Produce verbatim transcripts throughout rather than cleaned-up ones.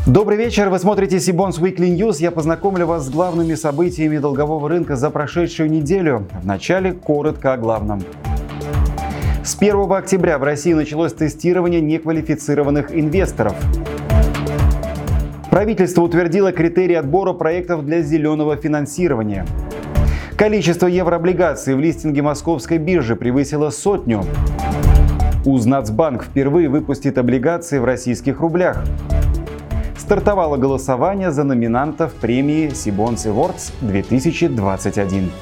Добрый вечер, вы смотрите Сибонс Weekly News. Я познакомлю вас с главными событиями долгового рынка за прошедшую неделю. Вначале коротко о главном. С первого октября в России началось тестирование неквалифицированных инвесторов. Правительство утвердило критерии отбора проектов для зеленого финансирования. Количество еврооблигаций в листинге Московской биржи превысило сотню. Узнацбанк впервые выпустит облигации в российских рублях. Стартовало голосование за номинантов премии Сибонс Awards две тысячи двадцать один.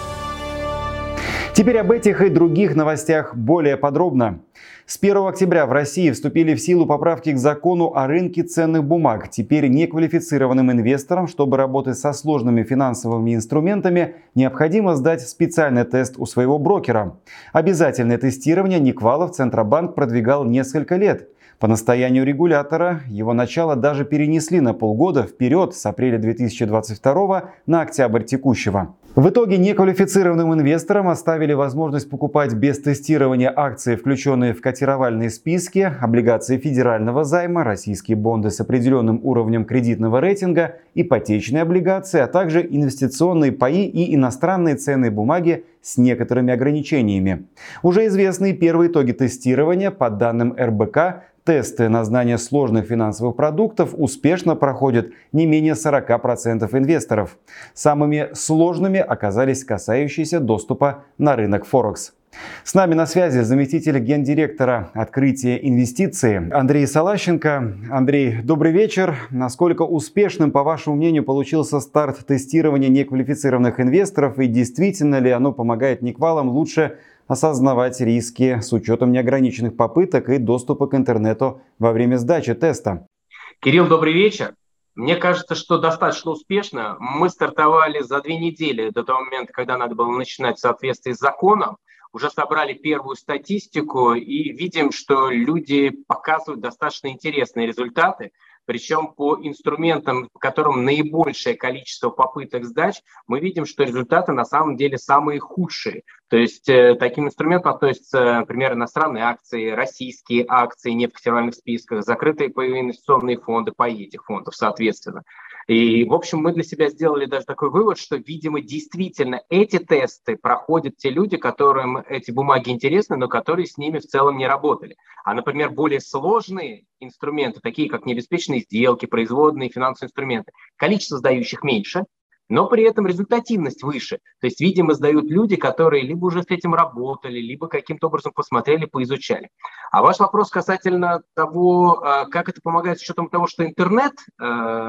Теперь об этих и других новостях более подробно. С первого октября в России вступили в силу поправки к закону о рынке ценных бумаг. Теперь неквалифицированным инвесторам, чтобы работать со сложными финансовыми инструментами, необходимо сдать специальный тест у своего брокера. Обязательное тестирование Никвалов Центробанк продвигал несколько лет. По настоянию регулятора его начало даже перенесли на полгода вперед с апреля две тысячи двадцать второго на октябрь текущего. В итоге неквалифицированным инвесторам оставили возможность покупать без тестирования акции, включенные в котировальные списки, облигации федерального займа, российские бонды с определенным уровнем кредитного рейтинга, ипотечные облигации, а также инвестиционные паи и иностранные ценные бумаги с некоторыми ограничениями. Уже известны первые итоги тестирования. По данным эр бэ ка, тесты на знание сложных финансовых продуктов успешно проходят не менее сорока процентов инвесторов. Самыми сложными оказались касающиеся доступа на рынок Форекс. С нами на связи заместитель гендиректора открытия инвестиций Андрей Салащенко. Андрей, добрый вечер. Насколько успешным, по вашему мнению, получился старт тестирования неквалифицированных инвесторов, и действительно ли оно помогает Никвалам лучше осознавать риски с учетом неограниченных попыток и доступа к интернету во время сдачи теста? Кирилл, добрый вечер. Мне кажется, что достаточно успешно. Мы стартовали за две недели до того момента, когда надо было начинать в соответствии с законом. Уже собрали первую статистику и видим, что люди показывают достаточно интересные результаты. Причем по инструментам, по которым наибольшее количество попыток сдач, мы видим, что результаты на самом деле самые худшие. То есть э, таким инструментом относятся, например, иностранные акции, российские акции не в котировальных списках, закрытые инвестиционные фонды, паи этих фондов, соответственно. И, в общем, мы для себя сделали даже такой вывод, что, видимо, действительно эти тесты проходят те люди, которым эти бумаги интересны, но которые с ними в целом не работали. А, например, более сложные инструменты, такие как необеспеченные сделки, производные финансовые инструменты, количество сдающих меньше, но при этом результативность выше. То есть, видимо, сдают люди, которые либо уже с этим работали, либо каким-то образом посмотрели, поизучали. А ваш вопрос касательно того, как это помогает с учетом того, что интернет э,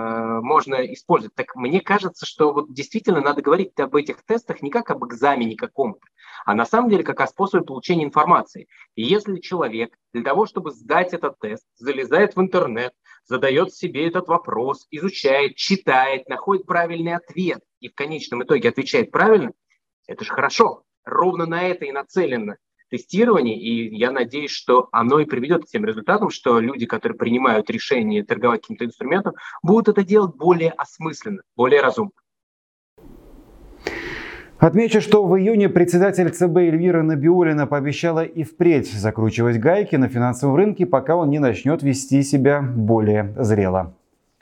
можно использовать, так мне кажется, что вот действительно надо говорить об этих тестах не как об экзамене каком-то, а на самом деле как о способе получения информации. И если человек для того, чтобы сдать этот тест, залезает в интернет, задает себе этот вопрос, изучает, читает, находит правильный ответ и в конечном итоге отвечает правильно, это же хорошо. Ровно на это и нацелено тестирование, и я надеюсь, что оно и приведет к тем результатам, что люди, которые принимают решение торговать каким-то инструментом, будут это делать более осмысленно, более разумно. Отмечу, что в июне председатель цэ бэ Эльвира Набиуллина пообещала и впредь закручивать гайки на финансовом рынке, пока он не начнет вести себя более зрело.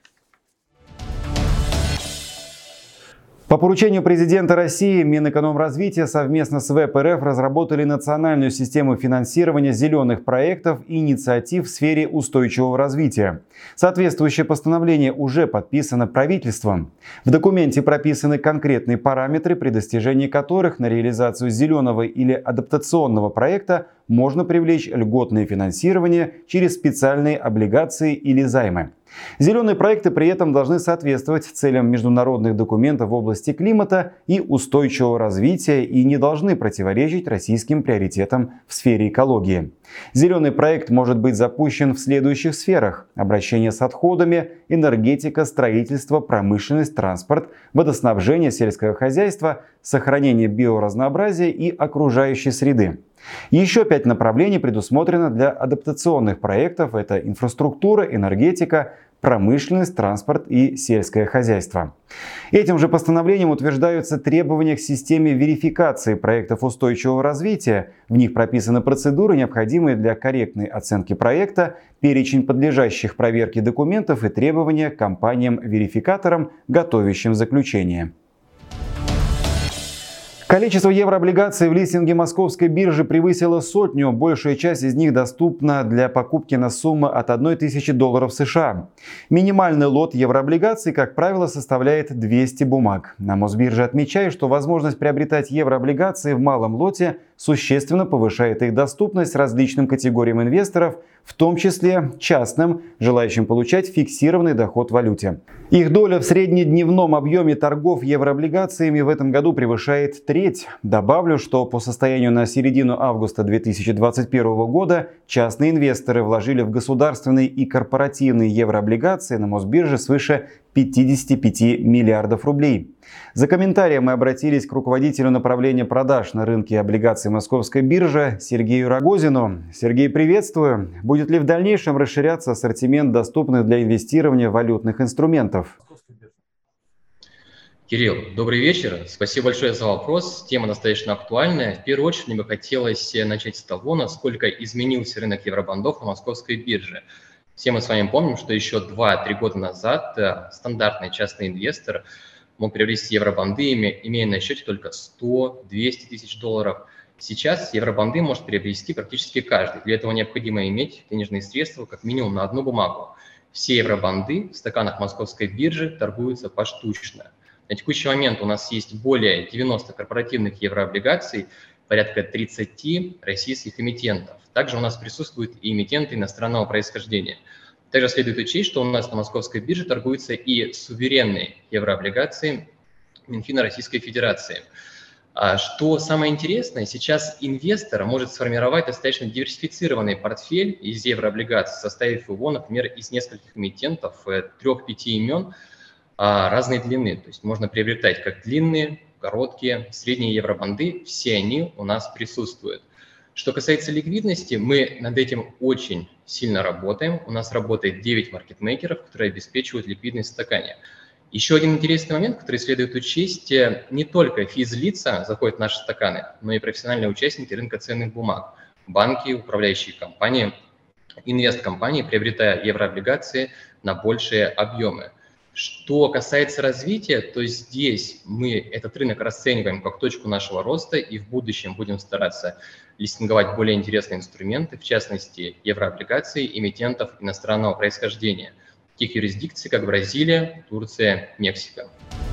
По поручению президента России Минэкономразвития совместно с вэ эп эр эф разработали национальную систему финансирования зеленых проектов и инициатив в сфере устойчивого развития. Соответствующее постановление уже подписано правительством. В документе прописаны конкретные параметры, при достижении которых на реализацию зеленого или адаптационного проекта можно привлечь льготное финансирование через специальные облигации или займы. Зеленые проекты при этом должны соответствовать целям международных документов в области климата и устойчивого развития и не должны противоречить российским приоритетам в сфере экологии. Зеленый проект может быть запущен в следующих сферах: обращение с отходами, энергетика, строительство, промышленность, транспорт, водоснабжение, сельское хозяйство, сохранение биоразнообразия и окружающей среды. Еще пять направлений предусмотрено для адаптационных проектов. Это инфраструктура, энергетика, промышленность, транспорт и сельское хозяйство. Этим же постановлением утверждаются требования к системе верификации проектов устойчивого развития. В них прописаны процедуры, необходимые для корректной оценки проекта, перечень подлежащих проверке документов и требования к компаниям-верификаторам, готовящим заключение. Количество еврооблигаций в листинге Московской биржи превысило сотню. Большая часть из них доступна для покупки на сумму от одной тысячи долларов США. Минимальный лот еврооблигаций, как правило, составляет двести бумаг. На Мосбирже отмечают, что возможность приобретать еврооблигации в малом лоте существенно повышает их доступность различным категориям инвесторов, в том числе частным, желающим получать фиксированный доход в валюте. Их доля в среднедневном объеме торгов еврооблигациями в этом году превышает треть. Добавлю, что по состоянию на середину августа две тысячи двадцать первого года частные инвесторы вложили в государственные и корпоративные еврооблигации на Мосбирже свыше пятидесяти пяти миллиардов рублей. За комментарием мы обратились к руководителю направления продаж на рынке облигаций Московской биржи Сергею Рогозину. Сергей, приветствую. Будет ли в дальнейшем расширяться ассортимент доступных для инвестирования валютных инструментов? Кирилл, добрый вечер. Спасибо большое за вопрос. Тема достаточно актуальная. В первую очередь, мне бы хотелось начать с того, насколько изменился рынок евробандов на Московской бирже. Все мы с вами помним, что еще два-три года назад стандартный частный инвестор мог приобрести евробанды, имея на счете только сто-двести тысяч долларов. Сейчас евробанды может приобрести практически каждый. Для этого необходимо иметь денежные средства как минимум на одну бумагу. Все евробанды в стаканах Московской биржи торгуются поштучно. На текущий момент у нас есть более девяноста корпоративных еврооблигаций, порядка тридцати российских эмитентов. Также у нас присутствуют и эмитенты иностранного происхождения. Также следует учесть, что у нас на Московской бирже торгуются и суверенные еврооблигации Минфина Российской Федерации. А что самое интересное, сейчас инвестор может сформировать достаточно диверсифицированный портфель из еврооблигаций, составив его, например, из нескольких эмитентов, трех-пяти имен разной длины. То есть можно приобретать как длинные, короткие, средние евробанды, все они у нас присутствуют. Что касается ликвидности, мы над этим очень сильно работаем. У нас работает девять маркетмейкеров, которые обеспечивают ликвидность в стакане. Еще один интересный момент, который следует учесть, не только физлица заходят в наши стаканы, но и профессиональные участники рынка ценных бумаг, банки, управляющие компании, инвесткомпании, приобретая еврооблигации на большие объемы. Что касается развития, то здесь мы этот рынок расцениваем как точку нашего роста и в будущем будем стараться листинговать более интересные инструменты, в частности, еврооблигации эмитентов иностранного происхождения, таких юрисдикций, как Бразилия, Турция, Мексика.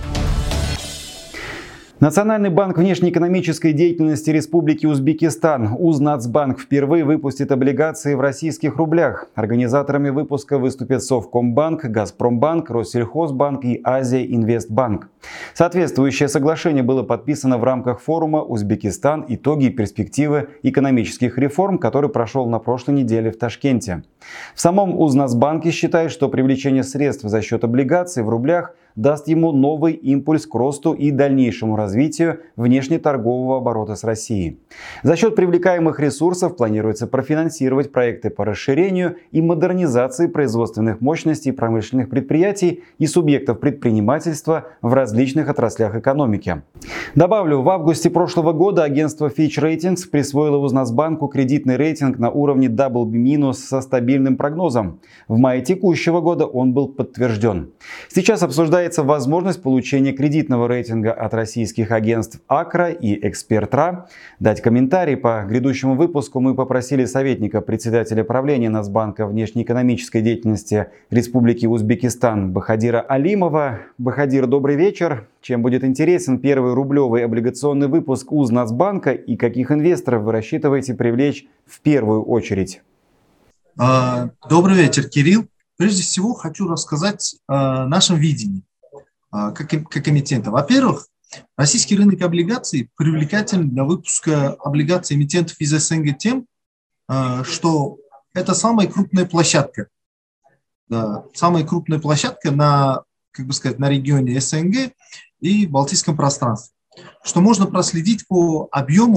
Национальный банк внешнеэкономической деятельности Республики Узбекистан Узнацбанк впервые выпустит облигации в российских рублях. Организаторами выпуска выступят Совкомбанк, Газпромбанк, Россельхозбанк и Азия-Инвестбанк. Соответствующее соглашение было подписано в рамках форума «Узбекистан. Итоги и перспективы экономических реформ», который прошел на прошлой неделе в Ташкенте. В самом Узнацбанке считают, что привлечение средств за счет облигаций в рублях даст ему новый импульс к росту и дальнейшему развитию внешнеторгового оборота с Россией. За счет привлекаемых ресурсов планируется профинансировать проекты по расширению и модернизации производственных мощностей промышленных предприятий и субъектов предпринимательства в различных отраслях экономики. Добавлю, в августе прошлого года агентство Fitch Ratings присвоило Узнацбанку кредитный рейтинг на уровне дабл би минус со стабильным прогнозом. В мае текущего года он был подтвержден. Сейчас обсуждается возможность получения кредитного рейтинга от российских агентств Акра и Экспертра. Дать комментарий по грядущему выпуску мы попросили советника председателя правления Нацбанка внешнеэкономической деятельности Республики Узбекистан Бахадира Алимова. Бахадир, добрый вечер. Чем будет интересен первый рублевый облигационный выпуск Узнацбанка и каких инвесторов вы рассчитываете привлечь в первую очередь? Добрый вечер, Кирилл. Прежде всего хочу рассказать о нашем видении как, как эмитента. Во-первых, российский рынок облигаций привлекателен для выпуска облигаций эмитентов из СНГ тем, что это самая крупная площадка. Да, самая крупная площадка на, как бы сказать, на регионе СНГ и Балтийском пространстве. Что можно проследить по объему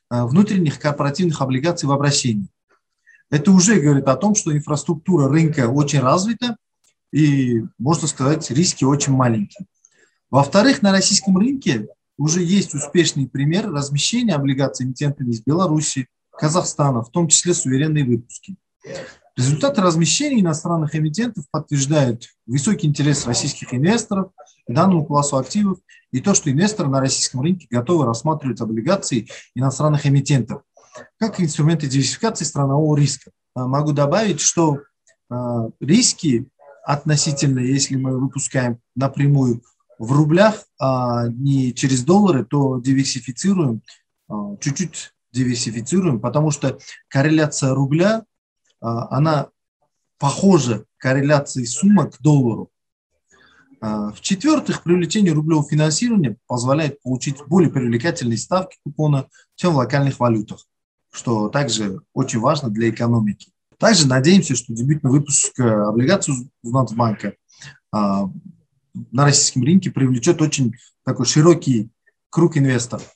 внутренних корпоративных облигаций в обращении. Это уже говорит о том, что инфраструктура рынка очень развита и, можно сказать, риски очень маленькие. Во-вторых, на российском рынке уже есть успешный пример размещения облигаций эмитентами из Беларуси, Казахстана, в том числе суверенные выпуски. Результаты размещения иностранных эмитентов подтверждают высокий интерес российских инвесторов к данному классу активов и то, что инвесторы на российском рынке готовы рассматривать облигации иностранных эмитентов как инструменты диверсификации странового риска. Могу добавить, что риски относительно, если мы выпускаем напрямую в рублях, а не через доллары, то диверсифицируем, чуть-чуть диверсифицируем, потому что корреляция рубля, она похожа корреляции суммы к доллару. В-четвертых, привлечение рублевого финансирования позволяет получить более привлекательные ставки купона, чем в локальных валютах, что также очень важно для экономики. Также надеемся, что дебютный выпуск облигаций Нацбанка на российском рынке привлечет очень такой широкий круг инвесторов.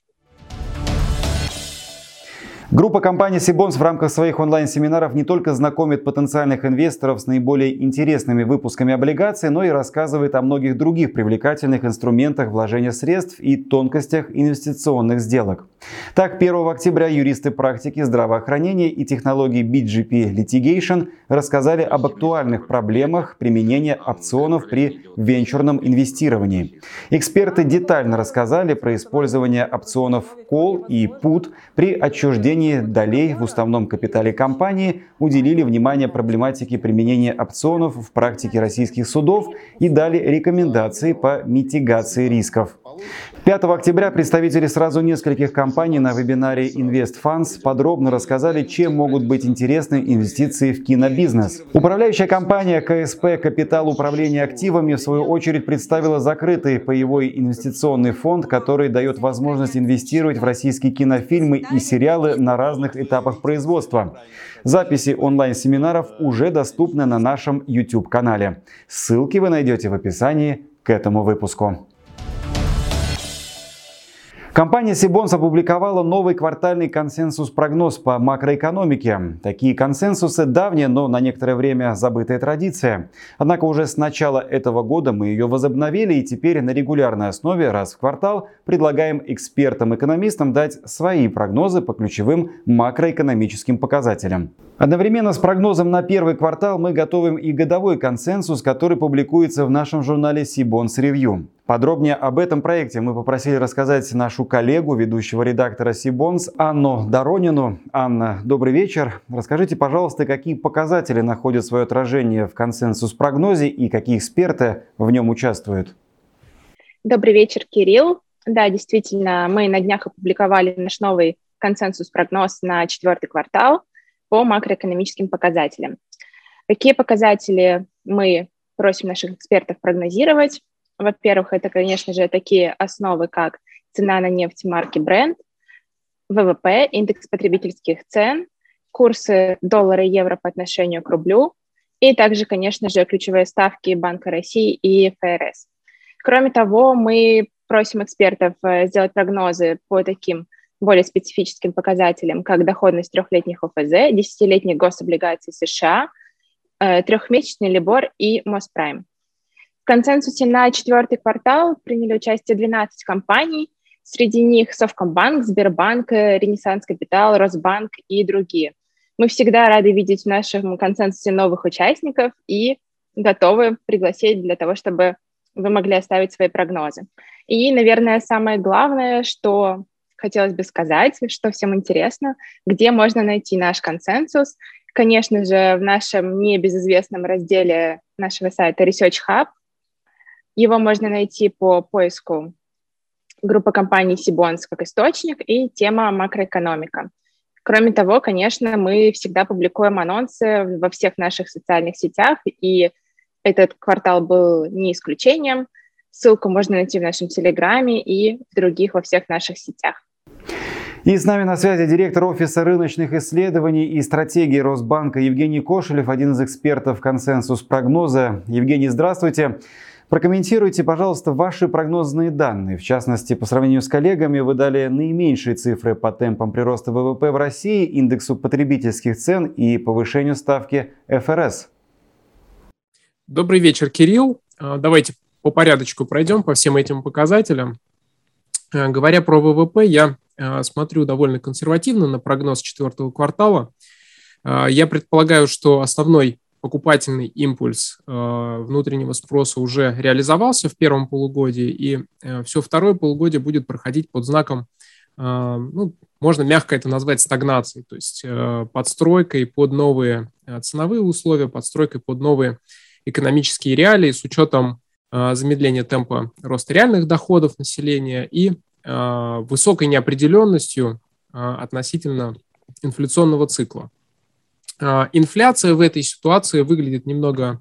Группа компаний Сибонс в рамках своих онлайн-семинаров не только знакомит потенциальных инвесторов с наиболее интересными выпусками облигаций, но и рассказывает о многих других привлекательных инструментах вложения средств и тонкостях инвестиционных сделок. Так, первого октября юристы практики здравоохранения и технологий би джи пи Litigation рассказали об актуальных проблемах применения опционов при венчурном инвестировании. Эксперты детально рассказали про использование опционов Call и Put при отчуждении долей в уставном капитале компании, уделили внимание проблематике применения опционов в практике российских судов и дали рекомендации по митигации рисков. пятого октября представители сразу нескольких компаний на вебинаре Invest Funds подробно рассказали, чем могут быть интересны инвестиции в кинобизнес. Управляющая компания ка эс пэ «Капитал управления активами» в свою очередь представила закрытый паевой инвестиционный фонд, который дает возможность инвестировать в российские кинофильмы и сериалы на разных этапах производства. Записи онлайн-семинаров уже доступны на нашем YouTube-канале. Ссылки вы найдете в описании к этому выпуску. Компания Сибонс опубликовала новый квартальный консенсус-прогноз по макроэкономике. Такие консенсусы – давняя, но на некоторое время забытая традиция. Однако уже с начала этого года мы ее возобновили и теперь на регулярной основе раз в квартал предлагаем экспертам-экономистам дать свои прогнозы по ключевым макроэкономическим показателям. Одновременно с прогнозом на первый квартал мы готовим и годовой консенсус, который публикуется в нашем журнале Сибонс Review. Подробнее об этом проекте мы попросили рассказать нашу коллегу, ведущего редактора Сибонс, Анну Доронину. Анна, добрый вечер. Расскажите, пожалуйста, какие показатели находят свое отражение в консенсус-прогнозе и какие эксперты в нем участвуют? Добрый вечер, Кирилл. Да, действительно, мы на днях опубликовали наш новый консенсус-прогноз на четвертый квартал по макроэкономическим показателям. Какие показатели мы просим наших экспертов прогнозировать? Во-первых, это, конечно же, такие основы, как цена на нефть марки Brent, вэ вэ пэ, индекс потребительских цен, курсы доллара и евро по отношению к рублю, и также, конечно же, ключевые ставки Банка России и эф эр эс. Кроме того, мы просим экспертов сделать прогнозы по таким более специфическим показателям, как доходность трехлетних о эф зэ, десятилетних гособлигаций США, трехмесячный либор и Моспрайм. В консенсусе на четвертый квартал приняли участие двенадцать компаний, среди них Совкомбанк, Сбербанк, Ренессанс Капитал, Росбанк и другие. Мы всегда рады видеть в нашем консенсусе новых участников и готовы пригласить для того, чтобы вы могли оставить свои прогнозы. И, наверное, самое главное, что хотелось бы сказать, что всем интересно, где можно найти наш консенсус. Конечно же, в нашем небезызвестном разделе нашего сайта Research Hub. Его можно найти по поиску группы компаний Сибонс как источник и тема макроэкономика. Кроме того, конечно, мы всегда публикуем анонсы во всех наших социальных сетях, и этот квартал был не исключением. Ссылку можно найти в нашем Телеграме и в других во всех наших сетях. И с нами на связи директор офиса рыночных исследований и стратегии Росбанка Евгений Кошелев, один из экспертов консенсус-прогноза. Евгений, здравствуйте. Прокомментируйте, пожалуйста, ваши прогнозные данные. В частности, по сравнению с коллегами, вы дали наименьшие цифры по темпам прироста вэ вэ пэ в России, индексу потребительских цен и повышению ставки эф эр эс. Добрый вечер, Кирилл. Давайте по порядочку пройдем по всем этим показателям. Говоря про вэ вэ пэ, я смотрю довольно консервативно на прогноз четвертого квартала. Я предполагаю, что основной покупательный импульс внутреннего спроса уже реализовался в первом полугодии, и все второе полугодие будет проходить под знаком, ну, можно мягко это назвать стагнацией, то есть подстройкой под новые ценовые условия, подстройкой под новые экономические реалии с учетом замедления темпа роста реальных доходов населения и высокой неопределенностью относительно инфляционного цикла. Инфляция в этой ситуации выглядит немного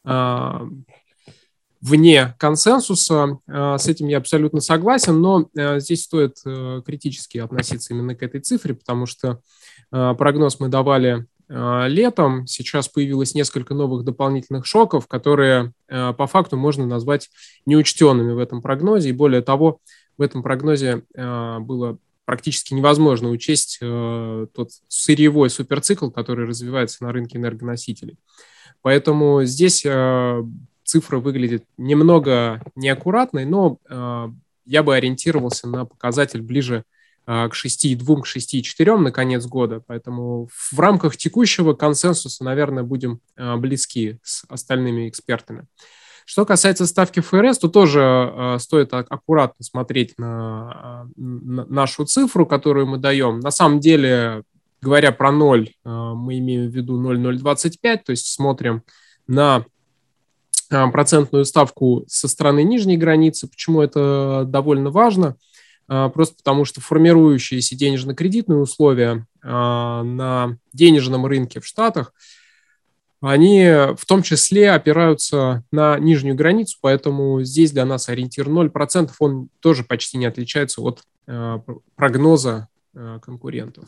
вне консенсуса, с этим я абсолютно согласен, но здесь стоит критически относиться именно к этой цифре, потому что прогноз мы давали летом, сейчас появилось несколько новых дополнительных шоков, которые по факту можно назвать неучтенными в этом прогнозе, и более того, в этом прогнозе было практически невозможно учесть э, тот сырьевой суперцикл, который развивается на рынке энергоносителей. Поэтому здесь э, цифра выглядит немного неаккуратной, но э, я бы ориентировался на показатель ближе э, к шести и двум, к шести и четырем на конец года. Поэтому в рамках текущего консенсуса, наверное, будем э, близки с остальными экспертами. Что касается ставки эф эр эс, то тоже э, стоит аккуратно смотреть на, на нашу цифру, которую мы даем. На самом деле, говоря про ноль, э, мы имеем в виду ноль целых ноль двадцать пять, то есть смотрим на э, процентную ставку со стороны нижней границы. Почему это довольно важно? Э, просто потому что формирующиеся денежно-кредитные условия э, на денежном рынке в Штатах, они в том числе опираются на нижнюю границу, поэтому здесь для нас ориентир ноль процентов, он тоже почти не отличается от э, прогноза э, конкурентов.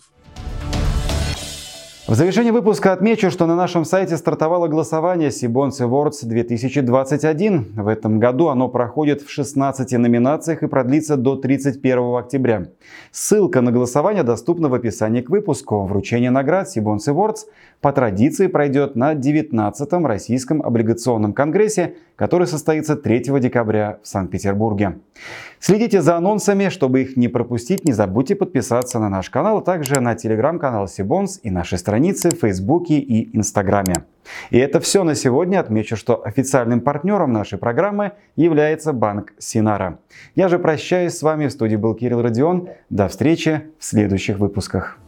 В завершении выпуска отмечу, что на нашем сайте стартовало голосование Сибонс Awards две тысячи двадцать один. В этом году оно проходит в шестнадцати номинациях и продлится до тридцать первого октября. Ссылка на голосование доступна в описании к выпуску. Вручение наград Сибонс Awards по традиции пройдет на девятнадцатом Российском облигационном конгрессе, который состоится третьего декабря в Санкт-Петербурге. Следите за анонсами, чтобы их не пропустить. Не забудьте подписаться на наш канал, а также на телеграм-канал Сибонс и наши страницы в Фейсбуке и Инстаграме. И это все на сегодня. Отмечу, что официальным партнером нашей программы является банк Синара. Я же прощаюсь с вами. В студии был Кирилл Родион. До встречи в следующих выпусках.